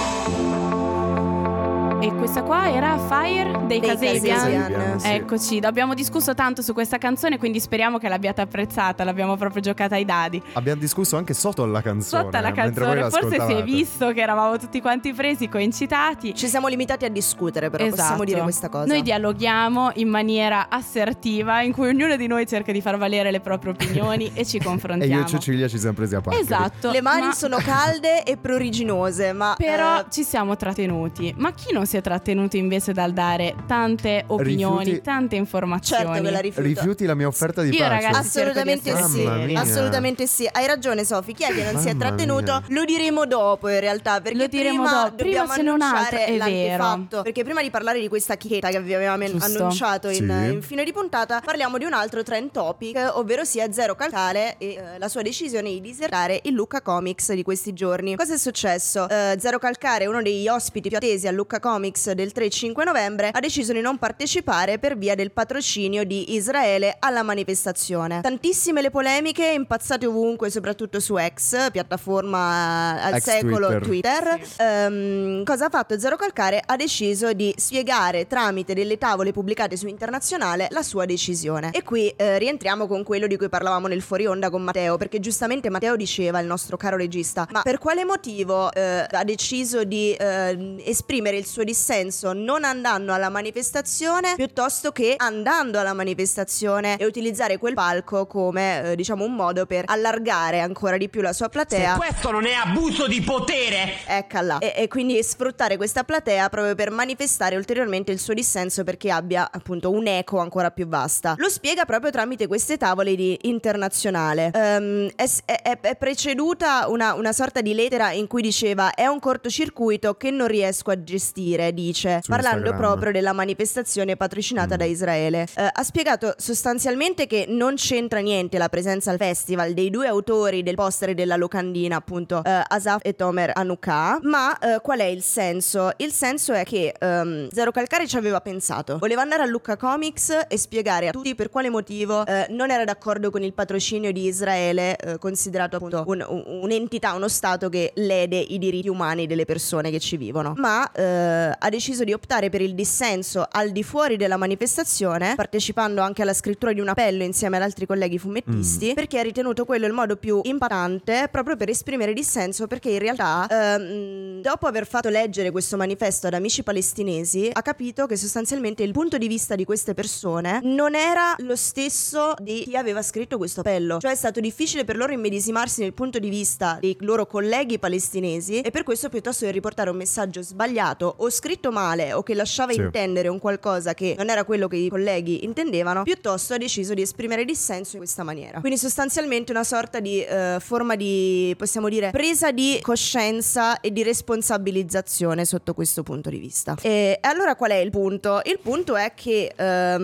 E questa qua era Fire dei, Dei Kasabian. Kasabian, sì. Eccoci, abbiamo discusso tanto su questa canzone, quindi speriamo che l'abbiate apprezzata, l'abbiamo proprio giocata ai dadi. Abbiamo discusso anche sotto alla canzone. Sotto alla eh, mentre voi canzone, forse si è l'ascoltavate. visto che eravamo tutti quanti presi, coincitati. Ci siamo limitati a discutere, però Esatto. possiamo dire questa cosa. Noi dialoghiamo in maniera assertiva, in cui ognuno di noi cerca di far valere le proprie opinioni e ci E confrontiamo. io e Cecilia ci siamo presi a paccheri. Esatto. Le mani ma- sono calde e pruriginose, ma Però eh, ci siamo trattenuti. Ma chi non si è trattenuto invece dal dare tante opinioni, Rifiuti- tante informazioni? certo che la rifiuto. Rifiuti la mia offerta di Io, pace. ragazzi, Assolutamente cerco di sì, essere Mamma mia. assolutamente sì. Hai ragione, Sofi. Chi è che non si è Mamma trattenuto? mia. Lo diremo dopo, in realtà. Perché Lo diremo prima dopo. Prima dobbiamo ce n'è un altro, annunciare è l'antefatto. vero. Perché prima di parlare di questa chicchetta che vi avevamo Giusto. annunciato in, Sì. in fine di puntata, parliamo di un altro trend topic, ovvero sia Zero Calcare e eh, la sua decisione di disertare il Lucca Comics di questi giorni. Cosa è successo? Eh, Zero Calcare, uno degli ospiti più attesi al Lucca Comics del tre e cinque novembre, ha deciso di non partecipare per via del patrocinio di Israele alla manifestazione. Tantissime le polemiche, impazzate ovunque, soprattutto su X, piattaforma al Ex secolo Twitter. Twitter. Ehm, cosa ha fatto Zero Calcare? Ha deciso di spiegare tramite delle tavole pubblicate su Internazionale la sua decisione. E qui eh, rientriamo con quello di cui parlavamo nel fuori onda con Matteo, perché giustamente Matteo diceva, il nostro caro regista, ma per quale motivo eh, ha deciso di eh, esprimere il suo dissenso non andando alla manifestazione piuttosto che andando alla manifestazione e utilizzare quel palco come eh, diciamo un modo per allargare ancora di più la sua platea? Questo non è abuso di potere? Eccola. E, e quindi sfruttare questa platea proprio per manifestare ulteriormente il suo dissenso, perché abbia appunto un'eco ancora più vasta. Lo spiega proprio tramite queste tavole di Internazionale. Ehm, è, è- è preceduta una, una sorta di lettera in cui diceva: è un cortocircuito che non riesco a gestire, dice, Su parlando Instagram. proprio della manifestazione patrocinata da Israele. Eh, ha spiegato sostanzialmente che non c'entra niente la presenza al festival dei due autori del poster e della locandina, appunto eh, Asaf e Tomer Anuka, ma eh, qual è il senso? Il senso è che ehm, Zero Calcare ci aveva pensato, voleva andare a Lucca Comics e spiegare a tutti per quale motivo eh, non era d'accordo con il patrocinio di Israele, eh, considerato appunto un- un- un'entità, uno stato che lede i diritti umani delle persone che ci vivono, ma eh, ha deciso di optare per il dissenso al di fuori della manifestazione, partecipando anche alla scrittura di un appello insieme ad altri colleghi fumettisti, perché ha ritenuto quello il modo più impattante proprio per esprimere dissenso, perché in realtà ehm, dopo aver fatto leggere questo manifesto ad amici palestinesi ha capito che sostanzialmente il punto di vista di queste persone non era lo stesso di chi aveva scritto questo appello, cioè è stato difficile per loro immedesimarsi nel punto di vista dei loro colleghi palestinesi, e per questo piuttosto che riportare un messaggio sbagliato o scritto male o che lasciava Sì. intendere un qualcosa che non era quello che i colleghi intendevano, piuttosto ha deciso di esprimere dissenso in questa maniera. Quindi sostanzialmente una sorta di eh, forma di, possiamo dire, presa di coscienza e di responsabilizzazione sotto questo punto di vista. E, e allora qual è il punto? Il punto è che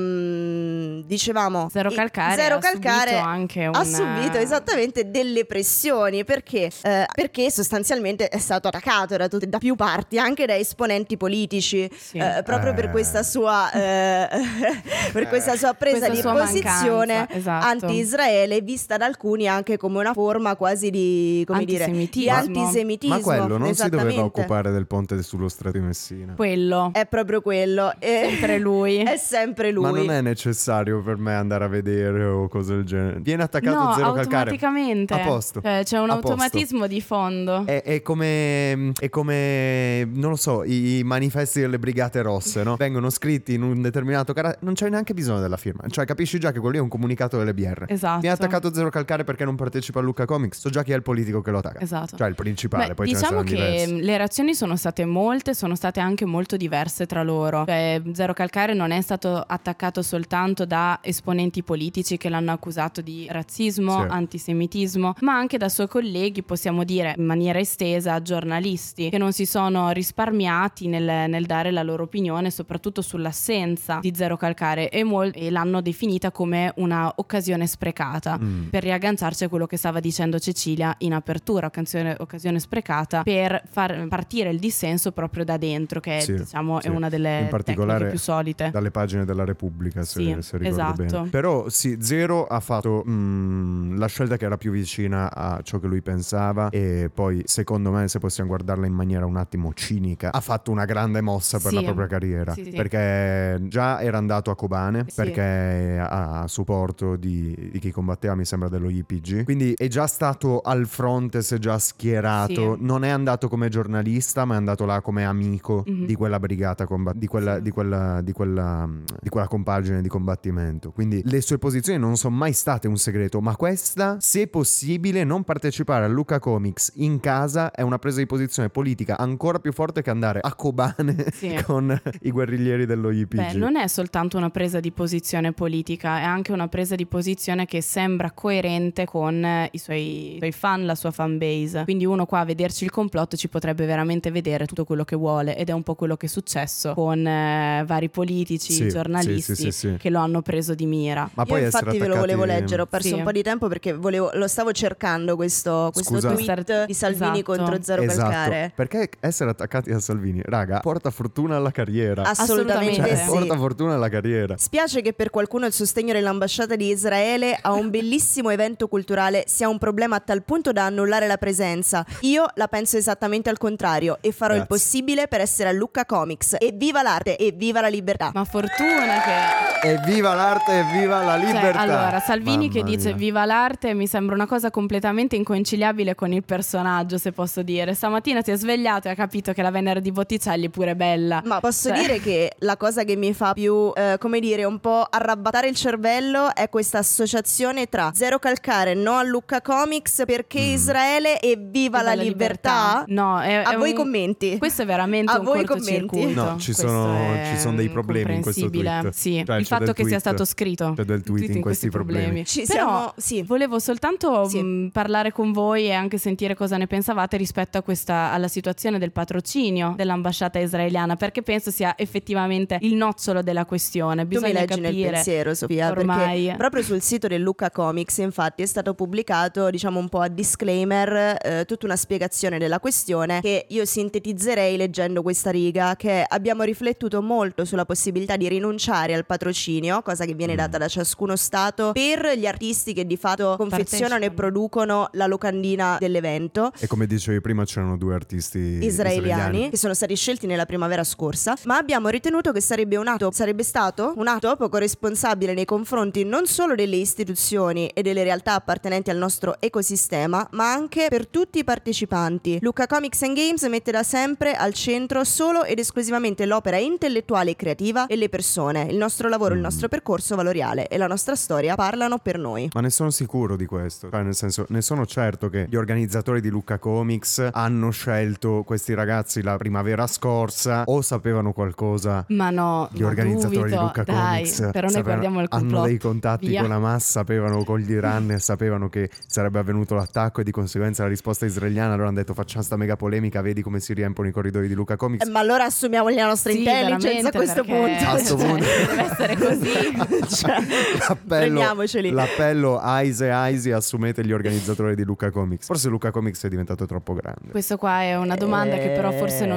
ehm, dicevamo Zero i- Calcare Zero ha Calcare subito anche ha una- subito esattamente delle pressioni, perché eh, perché sostanzialmente è stato attaccato da, tutte, da più parti, anche da esponenti politici, Sì. eh, proprio Eh. per questa sua eh, per questa sua presa Questa di sua posizione mancanza, esatto. anti-Israele, vista da alcuni anche come una forma quasi di, come dire, di Antisemitismo. antisemitismo. Ma quello non si doveva Esattamente. occupare del ponte sullo Stretto di Messina. Quello. È proprio quello. E- Sempre lui. È sempre lui. Ma non è necessario per me andare a vedere o cose del genere. Viene attaccato No, zero calcare. automaticamente. A posto. Cioè, c'è un A posto. automatismo di fondo. È, è come è come non lo so, i manifesti delle Brigate Rosse, no? Vengono scritti in un determinato carattere, non c'è neanche bisogno della firma. Cioè, capisci già che quello lì è un comunicato delle B R. Esatto. Mi ha attaccato zero calcare perché non partecipa a Luca Comics. So già chi è il politico che lo attacca. Esatto. Cioè il principale. Beh, poi diciamo ce ne saranno che diversi. le reazioni sono state molte, sono state anche molto diverse tra loro. Cioè, Zero Calcare non è stato attaccato soltanto da esponenti politici che l'hanno accusato di razzismo, Sì. antisemitismo, ma anche da suoi colleghi, possiamo dire in maniera estesa, giornalisti, che non si sono risparmiati nel, nel dare la loro opinione, soprattutto sull'assenza di Zero Calcare, e, mol- e l'hanno definita come una occasione sprecata Mm. per riagganciarci a quello che stava dicendo Cecilia in apertura, occasione, occasione sprecata per far partire il dissenso proprio da dentro, che Sì, diciamo sì. è una delle In particolare tecniche più solite. dalle pagine della Repubblica, se, Sì, se ricordo esatto. bene. Però sì, Zero ha fatto mm, la scelta che era più vicina a ciò che lui pensava, e poi secondo me, se possiamo guardarla in maniera un attimo cinica, ha fatto una grande mossa per Sì. la propria carriera, Sì, sì. perché già era andato a Kobane, Sì. perché a supporto di, di chi combatteva, mi sembra, dello Y P G, quindi è già stato al fronte, si è già schierato. Sì. Non è andato come giornalista, ma è andato là come amico Mhm. di quella brigata comba- di quella, Sì. di quella di quella di quella compagine di combattimento. Quindi le sue posizioni non sono mai state un segreto, ma questa, se possibile, non partecipare a Luca Comics in casa è una presa di posizione politica ancora più forte che andare a Kobane Sì. con i guerriglieri dello Y P G. Beh, non è soltanto una presa di posizione politica, è anche una presa di posizione che sembra coerente con eh, i suoi, i suoi fan, la sua fan base. Quindi uno qua a vederci il complotto ci potrebbe veramente vedere tutto quello che vuole, ed è un po' quello che è successo con eh, vari politici, Sì, giornalisti sì, sì, sì, sì. che lo hanno preso di mira. Ma Io poi infatti essere ve lo attaccati- volevo leggere, ho perso Sì. un po' di tempo perché volevo, lo stavo cercando questo, questo Scusa. tweet di Salvini Esatto. contro Zero Esatto, Calcare. perché essere attaccati a Salvini, raga, porta fortuna alla carriera. Assolutamente Assolutamente. Cioè, sì. porta fortuna alla carriera. Spiace che per qualcuno il sostegno dell'ambasciata di Israele a un bellissimo evento culturale sia un problema a tal punto da annullare la presenza. Io la penso esattamente al contrario e farò il Grazie. possibile per essere a Lucca Comics. E viva l'arte e viva la libertà. Ma fortuna che... E viva l'arte e viva la Cioè, libertà. allora, Salvini che Mamma dice mia. viva l'arte mi sembra una cosa completamente inconciliabile con il personaggio, se posso dire. Stamattina si è svegliato e ha capito che la Venere di Botticelli è pure bella. Ma posso Cioè- dire che la cosa che mi fa più, eh, come dire, un po' arrabattare il cervello è questa associazione tra Zero Calcare, no a Lucca Comics, perché Mm. Israele e viva la, libertà. No, è, A è voi un- commenti. Questo è veramente A un voi cortocircuito. No, ci Questo sono, è ci sono dei problemi in questo incomprensibile. tweet. Sì, Cioè, il c'è fatto del che sia tweet- stato scritto. c'è del tweet in questi problemi. Ci Però siamo, sì. volevo soltanto Sì. mh, parlare con voi e anche sentire cosa ne pensavate rispetto a questa, alla situazione del patrocinio dell'ambasciata israeliana, perché penso sia effettivamente il nocciolo della questione. Tu mi Bisogna leggi nel capire pensiero, Sofia, ormai. perché proprio sul sito del Lucca Comics infatti è stato pubblicato, diciamo un po' a disclaimer, eh, tutta una spiegazione della questione che io sintetizzerei leggendo questa riga, che abbiamo riflettuto molto sulla possibilità di rinunciare al patrocinio, cosa che viene data da ciascuno stato, per gli artisti che di fatto confezionano e Partecipano. producono la locandina dell'evento. E come dicevi prima, c'erano due artisti Israeliani, israeliani. che sono stati scelti nella primavera scorsa, ma abbiamo ritenuto che sarebbe un atto sarebbe stato un atto poco responsabile nei confronti non solo delle istituzioni e delle realtà appartenenti al nostro ecosistema, ma anche per tutti i partecipanti. Lucca Comics and Games mette da sempre al centro solo ed esclusivamente l'opera intellettuale e creativa e le persone. Il nostro lavoro, il nostro percorso valoriale e la nostra storia parlano per noi. Ma ne sono sicuro di questo. Cioè, nel senso, ne sono certo che gli organizzatori di Lucca Comics hanno scelto questi ragazzi la primavera scorsa, o sapevano qualcosa. Ma no, Gli ma organizzatori dubito, di Lucca dai, Comics però noi sapevano- guardiamo il complotto. hanno dei contatti Via. con Hamas, sapevano con gli Iran e sapevano che sarebbe avvenuto l'attacco, e di conseguenza la risposta israeliana. Allora hanno detto: facciamo sta mega polemica, vedi come si riempiono i corridoi di Lucca Comics. Eh, ma allora assumiamogli la nostra Sì, intelligence a veramente, questo perché- punto. A sto cioè, punto. deve essere così. Cioè, L'appello, prendiamoceli. l'appello Aise Aisi, assumete gli organizzatori di Lucca Comics. Forse Lucca Comics è diventato troppo grande. Questo qua è una domanda che però forse non ci Eh. compete.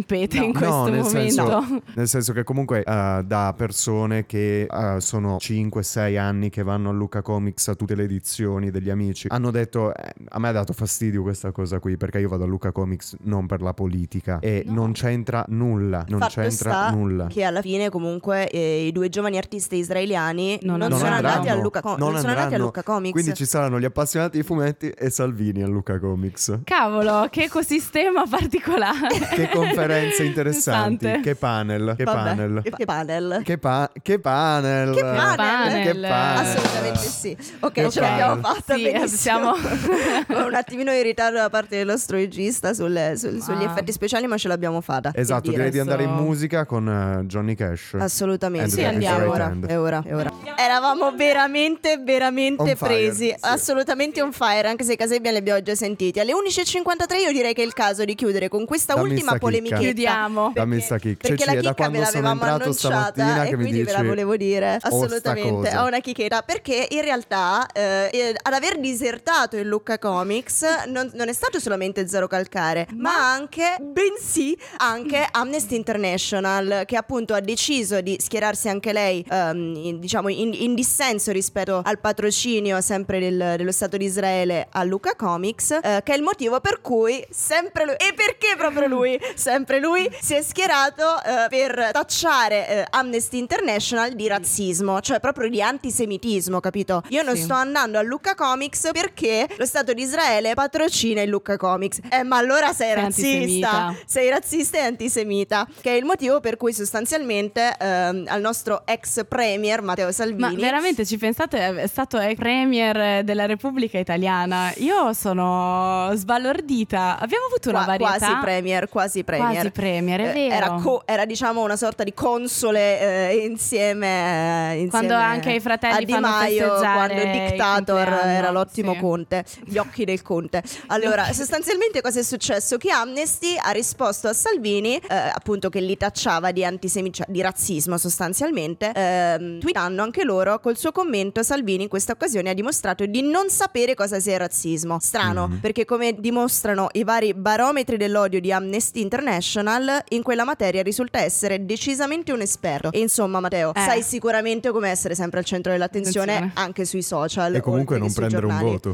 ripete No. in questo No, nel momento. senso, nel senso che comunque uh, da persone che uh, sono cinque sei anni che vanno a Lucca Comics a tutte le edizioni degli amici, hanno detto eh, a me ha dato fastidio questa cosa qui, perché io vado a Lucca Comics non per la politica e No. non c'entra nulla, non Fatto c'entra sta nulla. che alla fine comunque eh, i due giovani artisti israeliani Non non, andranno. sono andati a andranno, Lucca, Com- non non sono andati a andranno. Lucca Comics. Quindi ci saranno gli appassionati di fumetti e Salvini a Lucca Comics. Cavolo, che ecosistema particolare. Che conferenze interessanti, Interessante. che panel, che Vabbè, panel. Che panel. Che, pa- che panel. Che panel. Panel. Che panel. Assolutamente sì. Ok, Che ce l'abbiamo panel. fatta Sì, benissimo. siamo- Con un attimino di ritardo da parte del nostro regista sul- sul- sugli Ma- effetti speciali, ma ce l'abbiamo fatta. Che Esatto, dire. direi di andare in adesso- musica con eh, Johnny Cash. Assolutamente. And Sì, the andiamo. Right È ora, Hand. è ora, è ora. Eravamo veramente, veramente On fire, presi. sì. Assolutamente on fire, anche se i Casebian li abbiamo già sentiti. Alle undici e cinquantatré io direi che è il caso di chiudere con questa Dammi ultima sta chicca. polemichetta. Chiudiamo. Dammi sta chicca. Perché Ceci, la è da chicca ve quando sono l'avevamo entrato stamattina annunciata che e mi quindi ve la dici volevo dire. "Oh, sta Assolutamente, cosa". ho una chicchetta. Perché in realtà eh, eh, ad aver disertato il Lucca Comics non, non è stato solamente Zero Calcare, ma, Ma- anche, bensì, anche Amnesty International, che appunto ha deciso di schierarsi anche lei, ehm, in- diciamo, in, in dissenso rispetto al patrocinio sempre del- dello Stato di Israele a Lucca Comics, eh, che è il motivo per cui sempre lui, e perché proprio lui, sempre lui si è schierato eh, per tacciare eh, Amnesty International di razzismo, cioè proprio di antisemitismo, capito? Io non Sì. sto andando a Lucca Comics perché lo Stato di Israele patrocina il Lucca Comics. Eh, ma allora sei, Sei razzista, antisemita. sei razzista e antisemita, che è il motivo per cui sostanzialmente ehm, al nostro ex premier Matteo Salvini. Ma veramente ci pensate, è stato ex premier della Repubblica Italiana. Io sono sbalordita. Abbiamo avuto una Qua- varietà. quasi premier, quasi premier. Quasi premier, è Eh, vero. Era, co- era diciamo una sorta di console eh, insieme, eh, insieme Quando anche i fratelli a Di fanno Maio, festeggiare quando il dictator il compleanno, era l'ottimo sì. Conte, gli occhi del Conte. Allora, sostanzialmente cosa è successo? Che Amnesty ha risposto a Salvini, eh, appunto che li tacciava di antisemi- cioè di razzismo sostanzialmente, ehm, tweetando anche loro col suo commento. Salvini in questa occasione ha dimostrato di non sapere cosa sia il razzismo. Strano, Mhm. perché come dimostrano i vari barometri dell'odio di Amnesty International, in quella materia risulta essere decisamente un esperto. E insomma, Matteo, Eh. sai sicuramente come essere sempre al centro dell'attenzione Attenzione. anche sui social. E comunque oltre non che sui prendere un giornali. voto.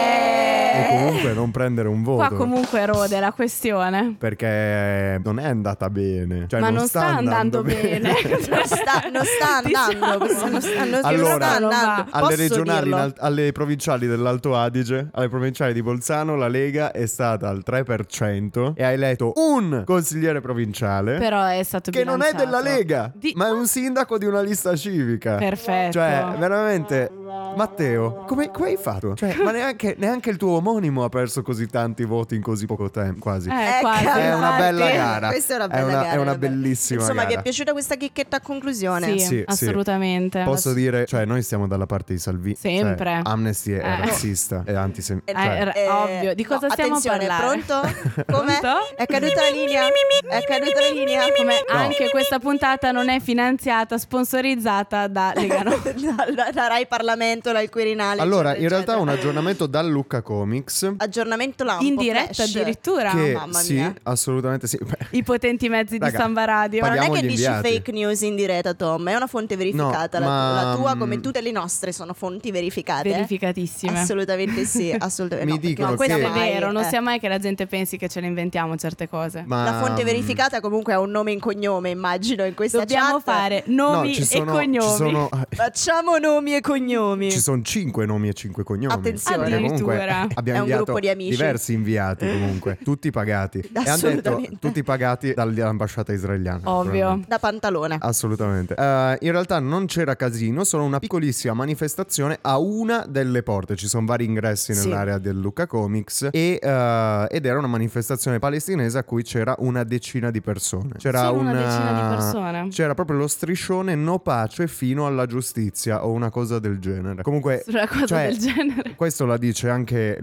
Eh. E comunque non prendere un voto. Qua comunque rode la questione. Perché non è andata bene. Cioè, Ma non, non sta andando bene. non, sta, non sta andando, Diciamo. non sta, non Allora, sta andando. Alle Posso regionali, in dirlo? al- alle provinciali dell'Alto Adige, alle provinciali di Bolzano, la Lega è stata al tre per cento e ha eletto un consigliere provinciale Però è stato che non è bilanciato. della Lega, Di- ma è un sindaco di una lista civica. Perfetto. Cioè, veramente, Matteo, come, come hai fatto? Cioè, ma neanche, neanche il tuo omonimo ha perso così tanti voti in così poco tempo, quasi. Eh, Eh, quasi. È una infatti, bella gara. Questa è una È bella una- gara. è una bella. bellissima Insomma, vi gara. è piaciuta questa chicchetta a conclusione? Sì, Sì, sì. assolutamente. Posso dire, cioè, noi stiamo dalla parte di Salvini. Sempre. Cioè, Amnesty è Eh. razzista, è antisemita. Eh, Cioè, Eh, ovvio. Di cosa no, stiamo a attenzione, parlare? pronto? Come? Pronto? È caduta la linea? È caduta la linea? Come No. anche questa puntata non è finanziata, sponsorizzata da Lega Nord. da, da- da Rai Parlamento, dal Quirinale. allora, eccetera, in realtà un eccetera. aggiornamento dal Lucca Comics. aggiornamento lampo In diretta flash. addirittura. Che mamma sì, mia. assolutamente sì. Beh, I potenti mezzi Raga, di Samba Radio. Ma non è Paghiamo che gli dici inviati. fake news in diretta, Tom, è una fonte verificata. No, la, ma- la tua, come tutte le nostre, sono fonti verificate. Verificatissime. Assolutamente sì, assolutamente. Mi no, dicono No, perché questo che- è mai, vero, non eh. sia mai che la gente pensi che ce le inventiamo certe cose. ma La fonte verificata comunque ha un nome e cognome, immagino, in questa Dobbiamo chat. fare No, nomi ci sono, e cognomi. Ci sono, Facciamo nomi e cognomi. ci sono cinque nomi e cinque cognomi. Attenzione. Perché comunque Addirittura. abbiamo È un inviato gruppo di amici. diversi inviati comunque, tutti pagati. E hanno detto Assolutamente. tutti pagati dall'ambasciata israeliana. Ovvio. naturalmente. Da pantalone. Assolutamente. Eh, in realtà non c'era casino, solo una piccolissima manifestazione a una delle porte. Ci sono vari ingressi Sì. nell'area del Lucca Comics e, eh, ed era una manifestazione palestinese a cui c'era una decina di persone. C'era Solo una una- decina di persone? C'era proprio lo striscione no pace fino alla giustizia o una cosa del genere. Comunque, Una cosa cioè, del genere. questo la dice anche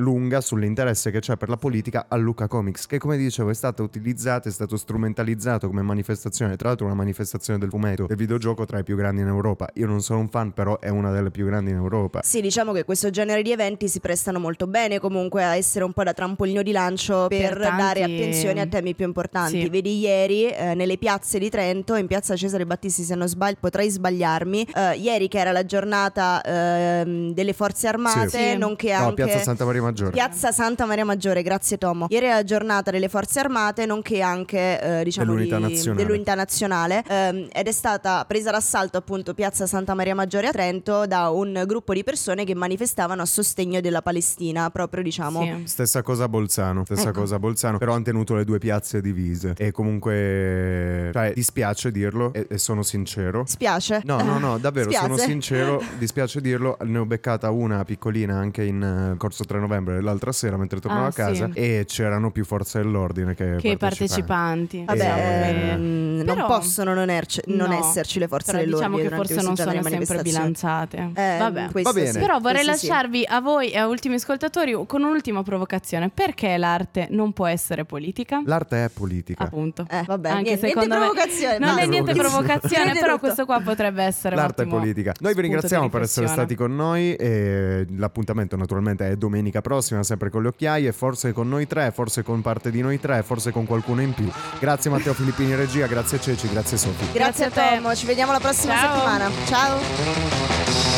lunga sull'interesse che c'è per la politica a Lucca Comics, che come dicevo è stato utilizzato, è stato strumentalizzato come manifestazione, tra l'altro una manifestazione del fumetto, del videogioco tra i più grandi in Europa. Io non sono un fan, però è una delle più grandi in Europa. Sì, diciamo che questo genere di eventi si prestano molto bene comunque a essere un po' da trampolino di lancio per, Per tanti- dare attenzione a temi più importanti. Sì. Vedi ieri eh, nelle piazze di Trento, in piazza Cesare Battisti, se non sbaglio, potrei sbagliarmi, eh, ieri che era la giornata ehm, delle forze armate, Sì. nonché No, anche Piazza Santa Maria Maggiore. Piazza Santa Maria Maggiore, grazie Tomo. Ieri è la giornata delle forze armate, nonché anche eh, diciamo Dell'unità di- nazionale. dell'unità nazionale, ehm, ed è stata presa d'assalto appunto Piazza Santa Maria Maggiore a Trento da un gruppo di persone che manifestavano a sostegno della Palestina, proprio diciamo. Sì. Stessa cosa a Bolzano, stessa Ecco. cosa a Bolzano, però hanno tenuto le due piazze divise e comunque, cioè, dispiace dirlo e, e sono sincero. Spiace? No, no, no, davvero, Spiace? sono sincero, dispiace dirlo, ne ho beccata una piccolina anche in eh, corso tre novembre l'altra sera mentre tornavo Ah, a casa sì. e c'erano più forze dell'ordine che, Che partecipanti. partecipanti. Vabbè, Diciamo che- ehm, non Però- possono non, erce- non No, esserci le forze però dell'ordine diciamo che durante forse non questo sono genere di sempre manifestazioni. bilanciate. Eh, Vabbè. questo Va bene. sì, Però vorrei questo sì. lasciarvi a voi e a ultimi ascoltatori con un'ultima provocazione. Perché l'arte non può essere politica? L'arte è politica. Appunto. Eh, vabbè, Anche niente, secondo niente me provocazione. non Niente è niente provocazione. provocazione, Niente però tutto. questo qua potrebbe essere un L'arte è ottimo politica. Noi vi spunto di ringraziamo per essere riflessione. stati con noi e l'appuntamento naturalmente è domenica prossima, sempre con le occhiaie, forse con noi tre, forse con parte di noi tre, forse con qualcuno in più. Grazie Matteo Filippini regia, grazie Ceci, grazie Sofì. Grazie, Grazie a te. a Tomo, ci vediamo la prossima Ciao. settimana. Ciao.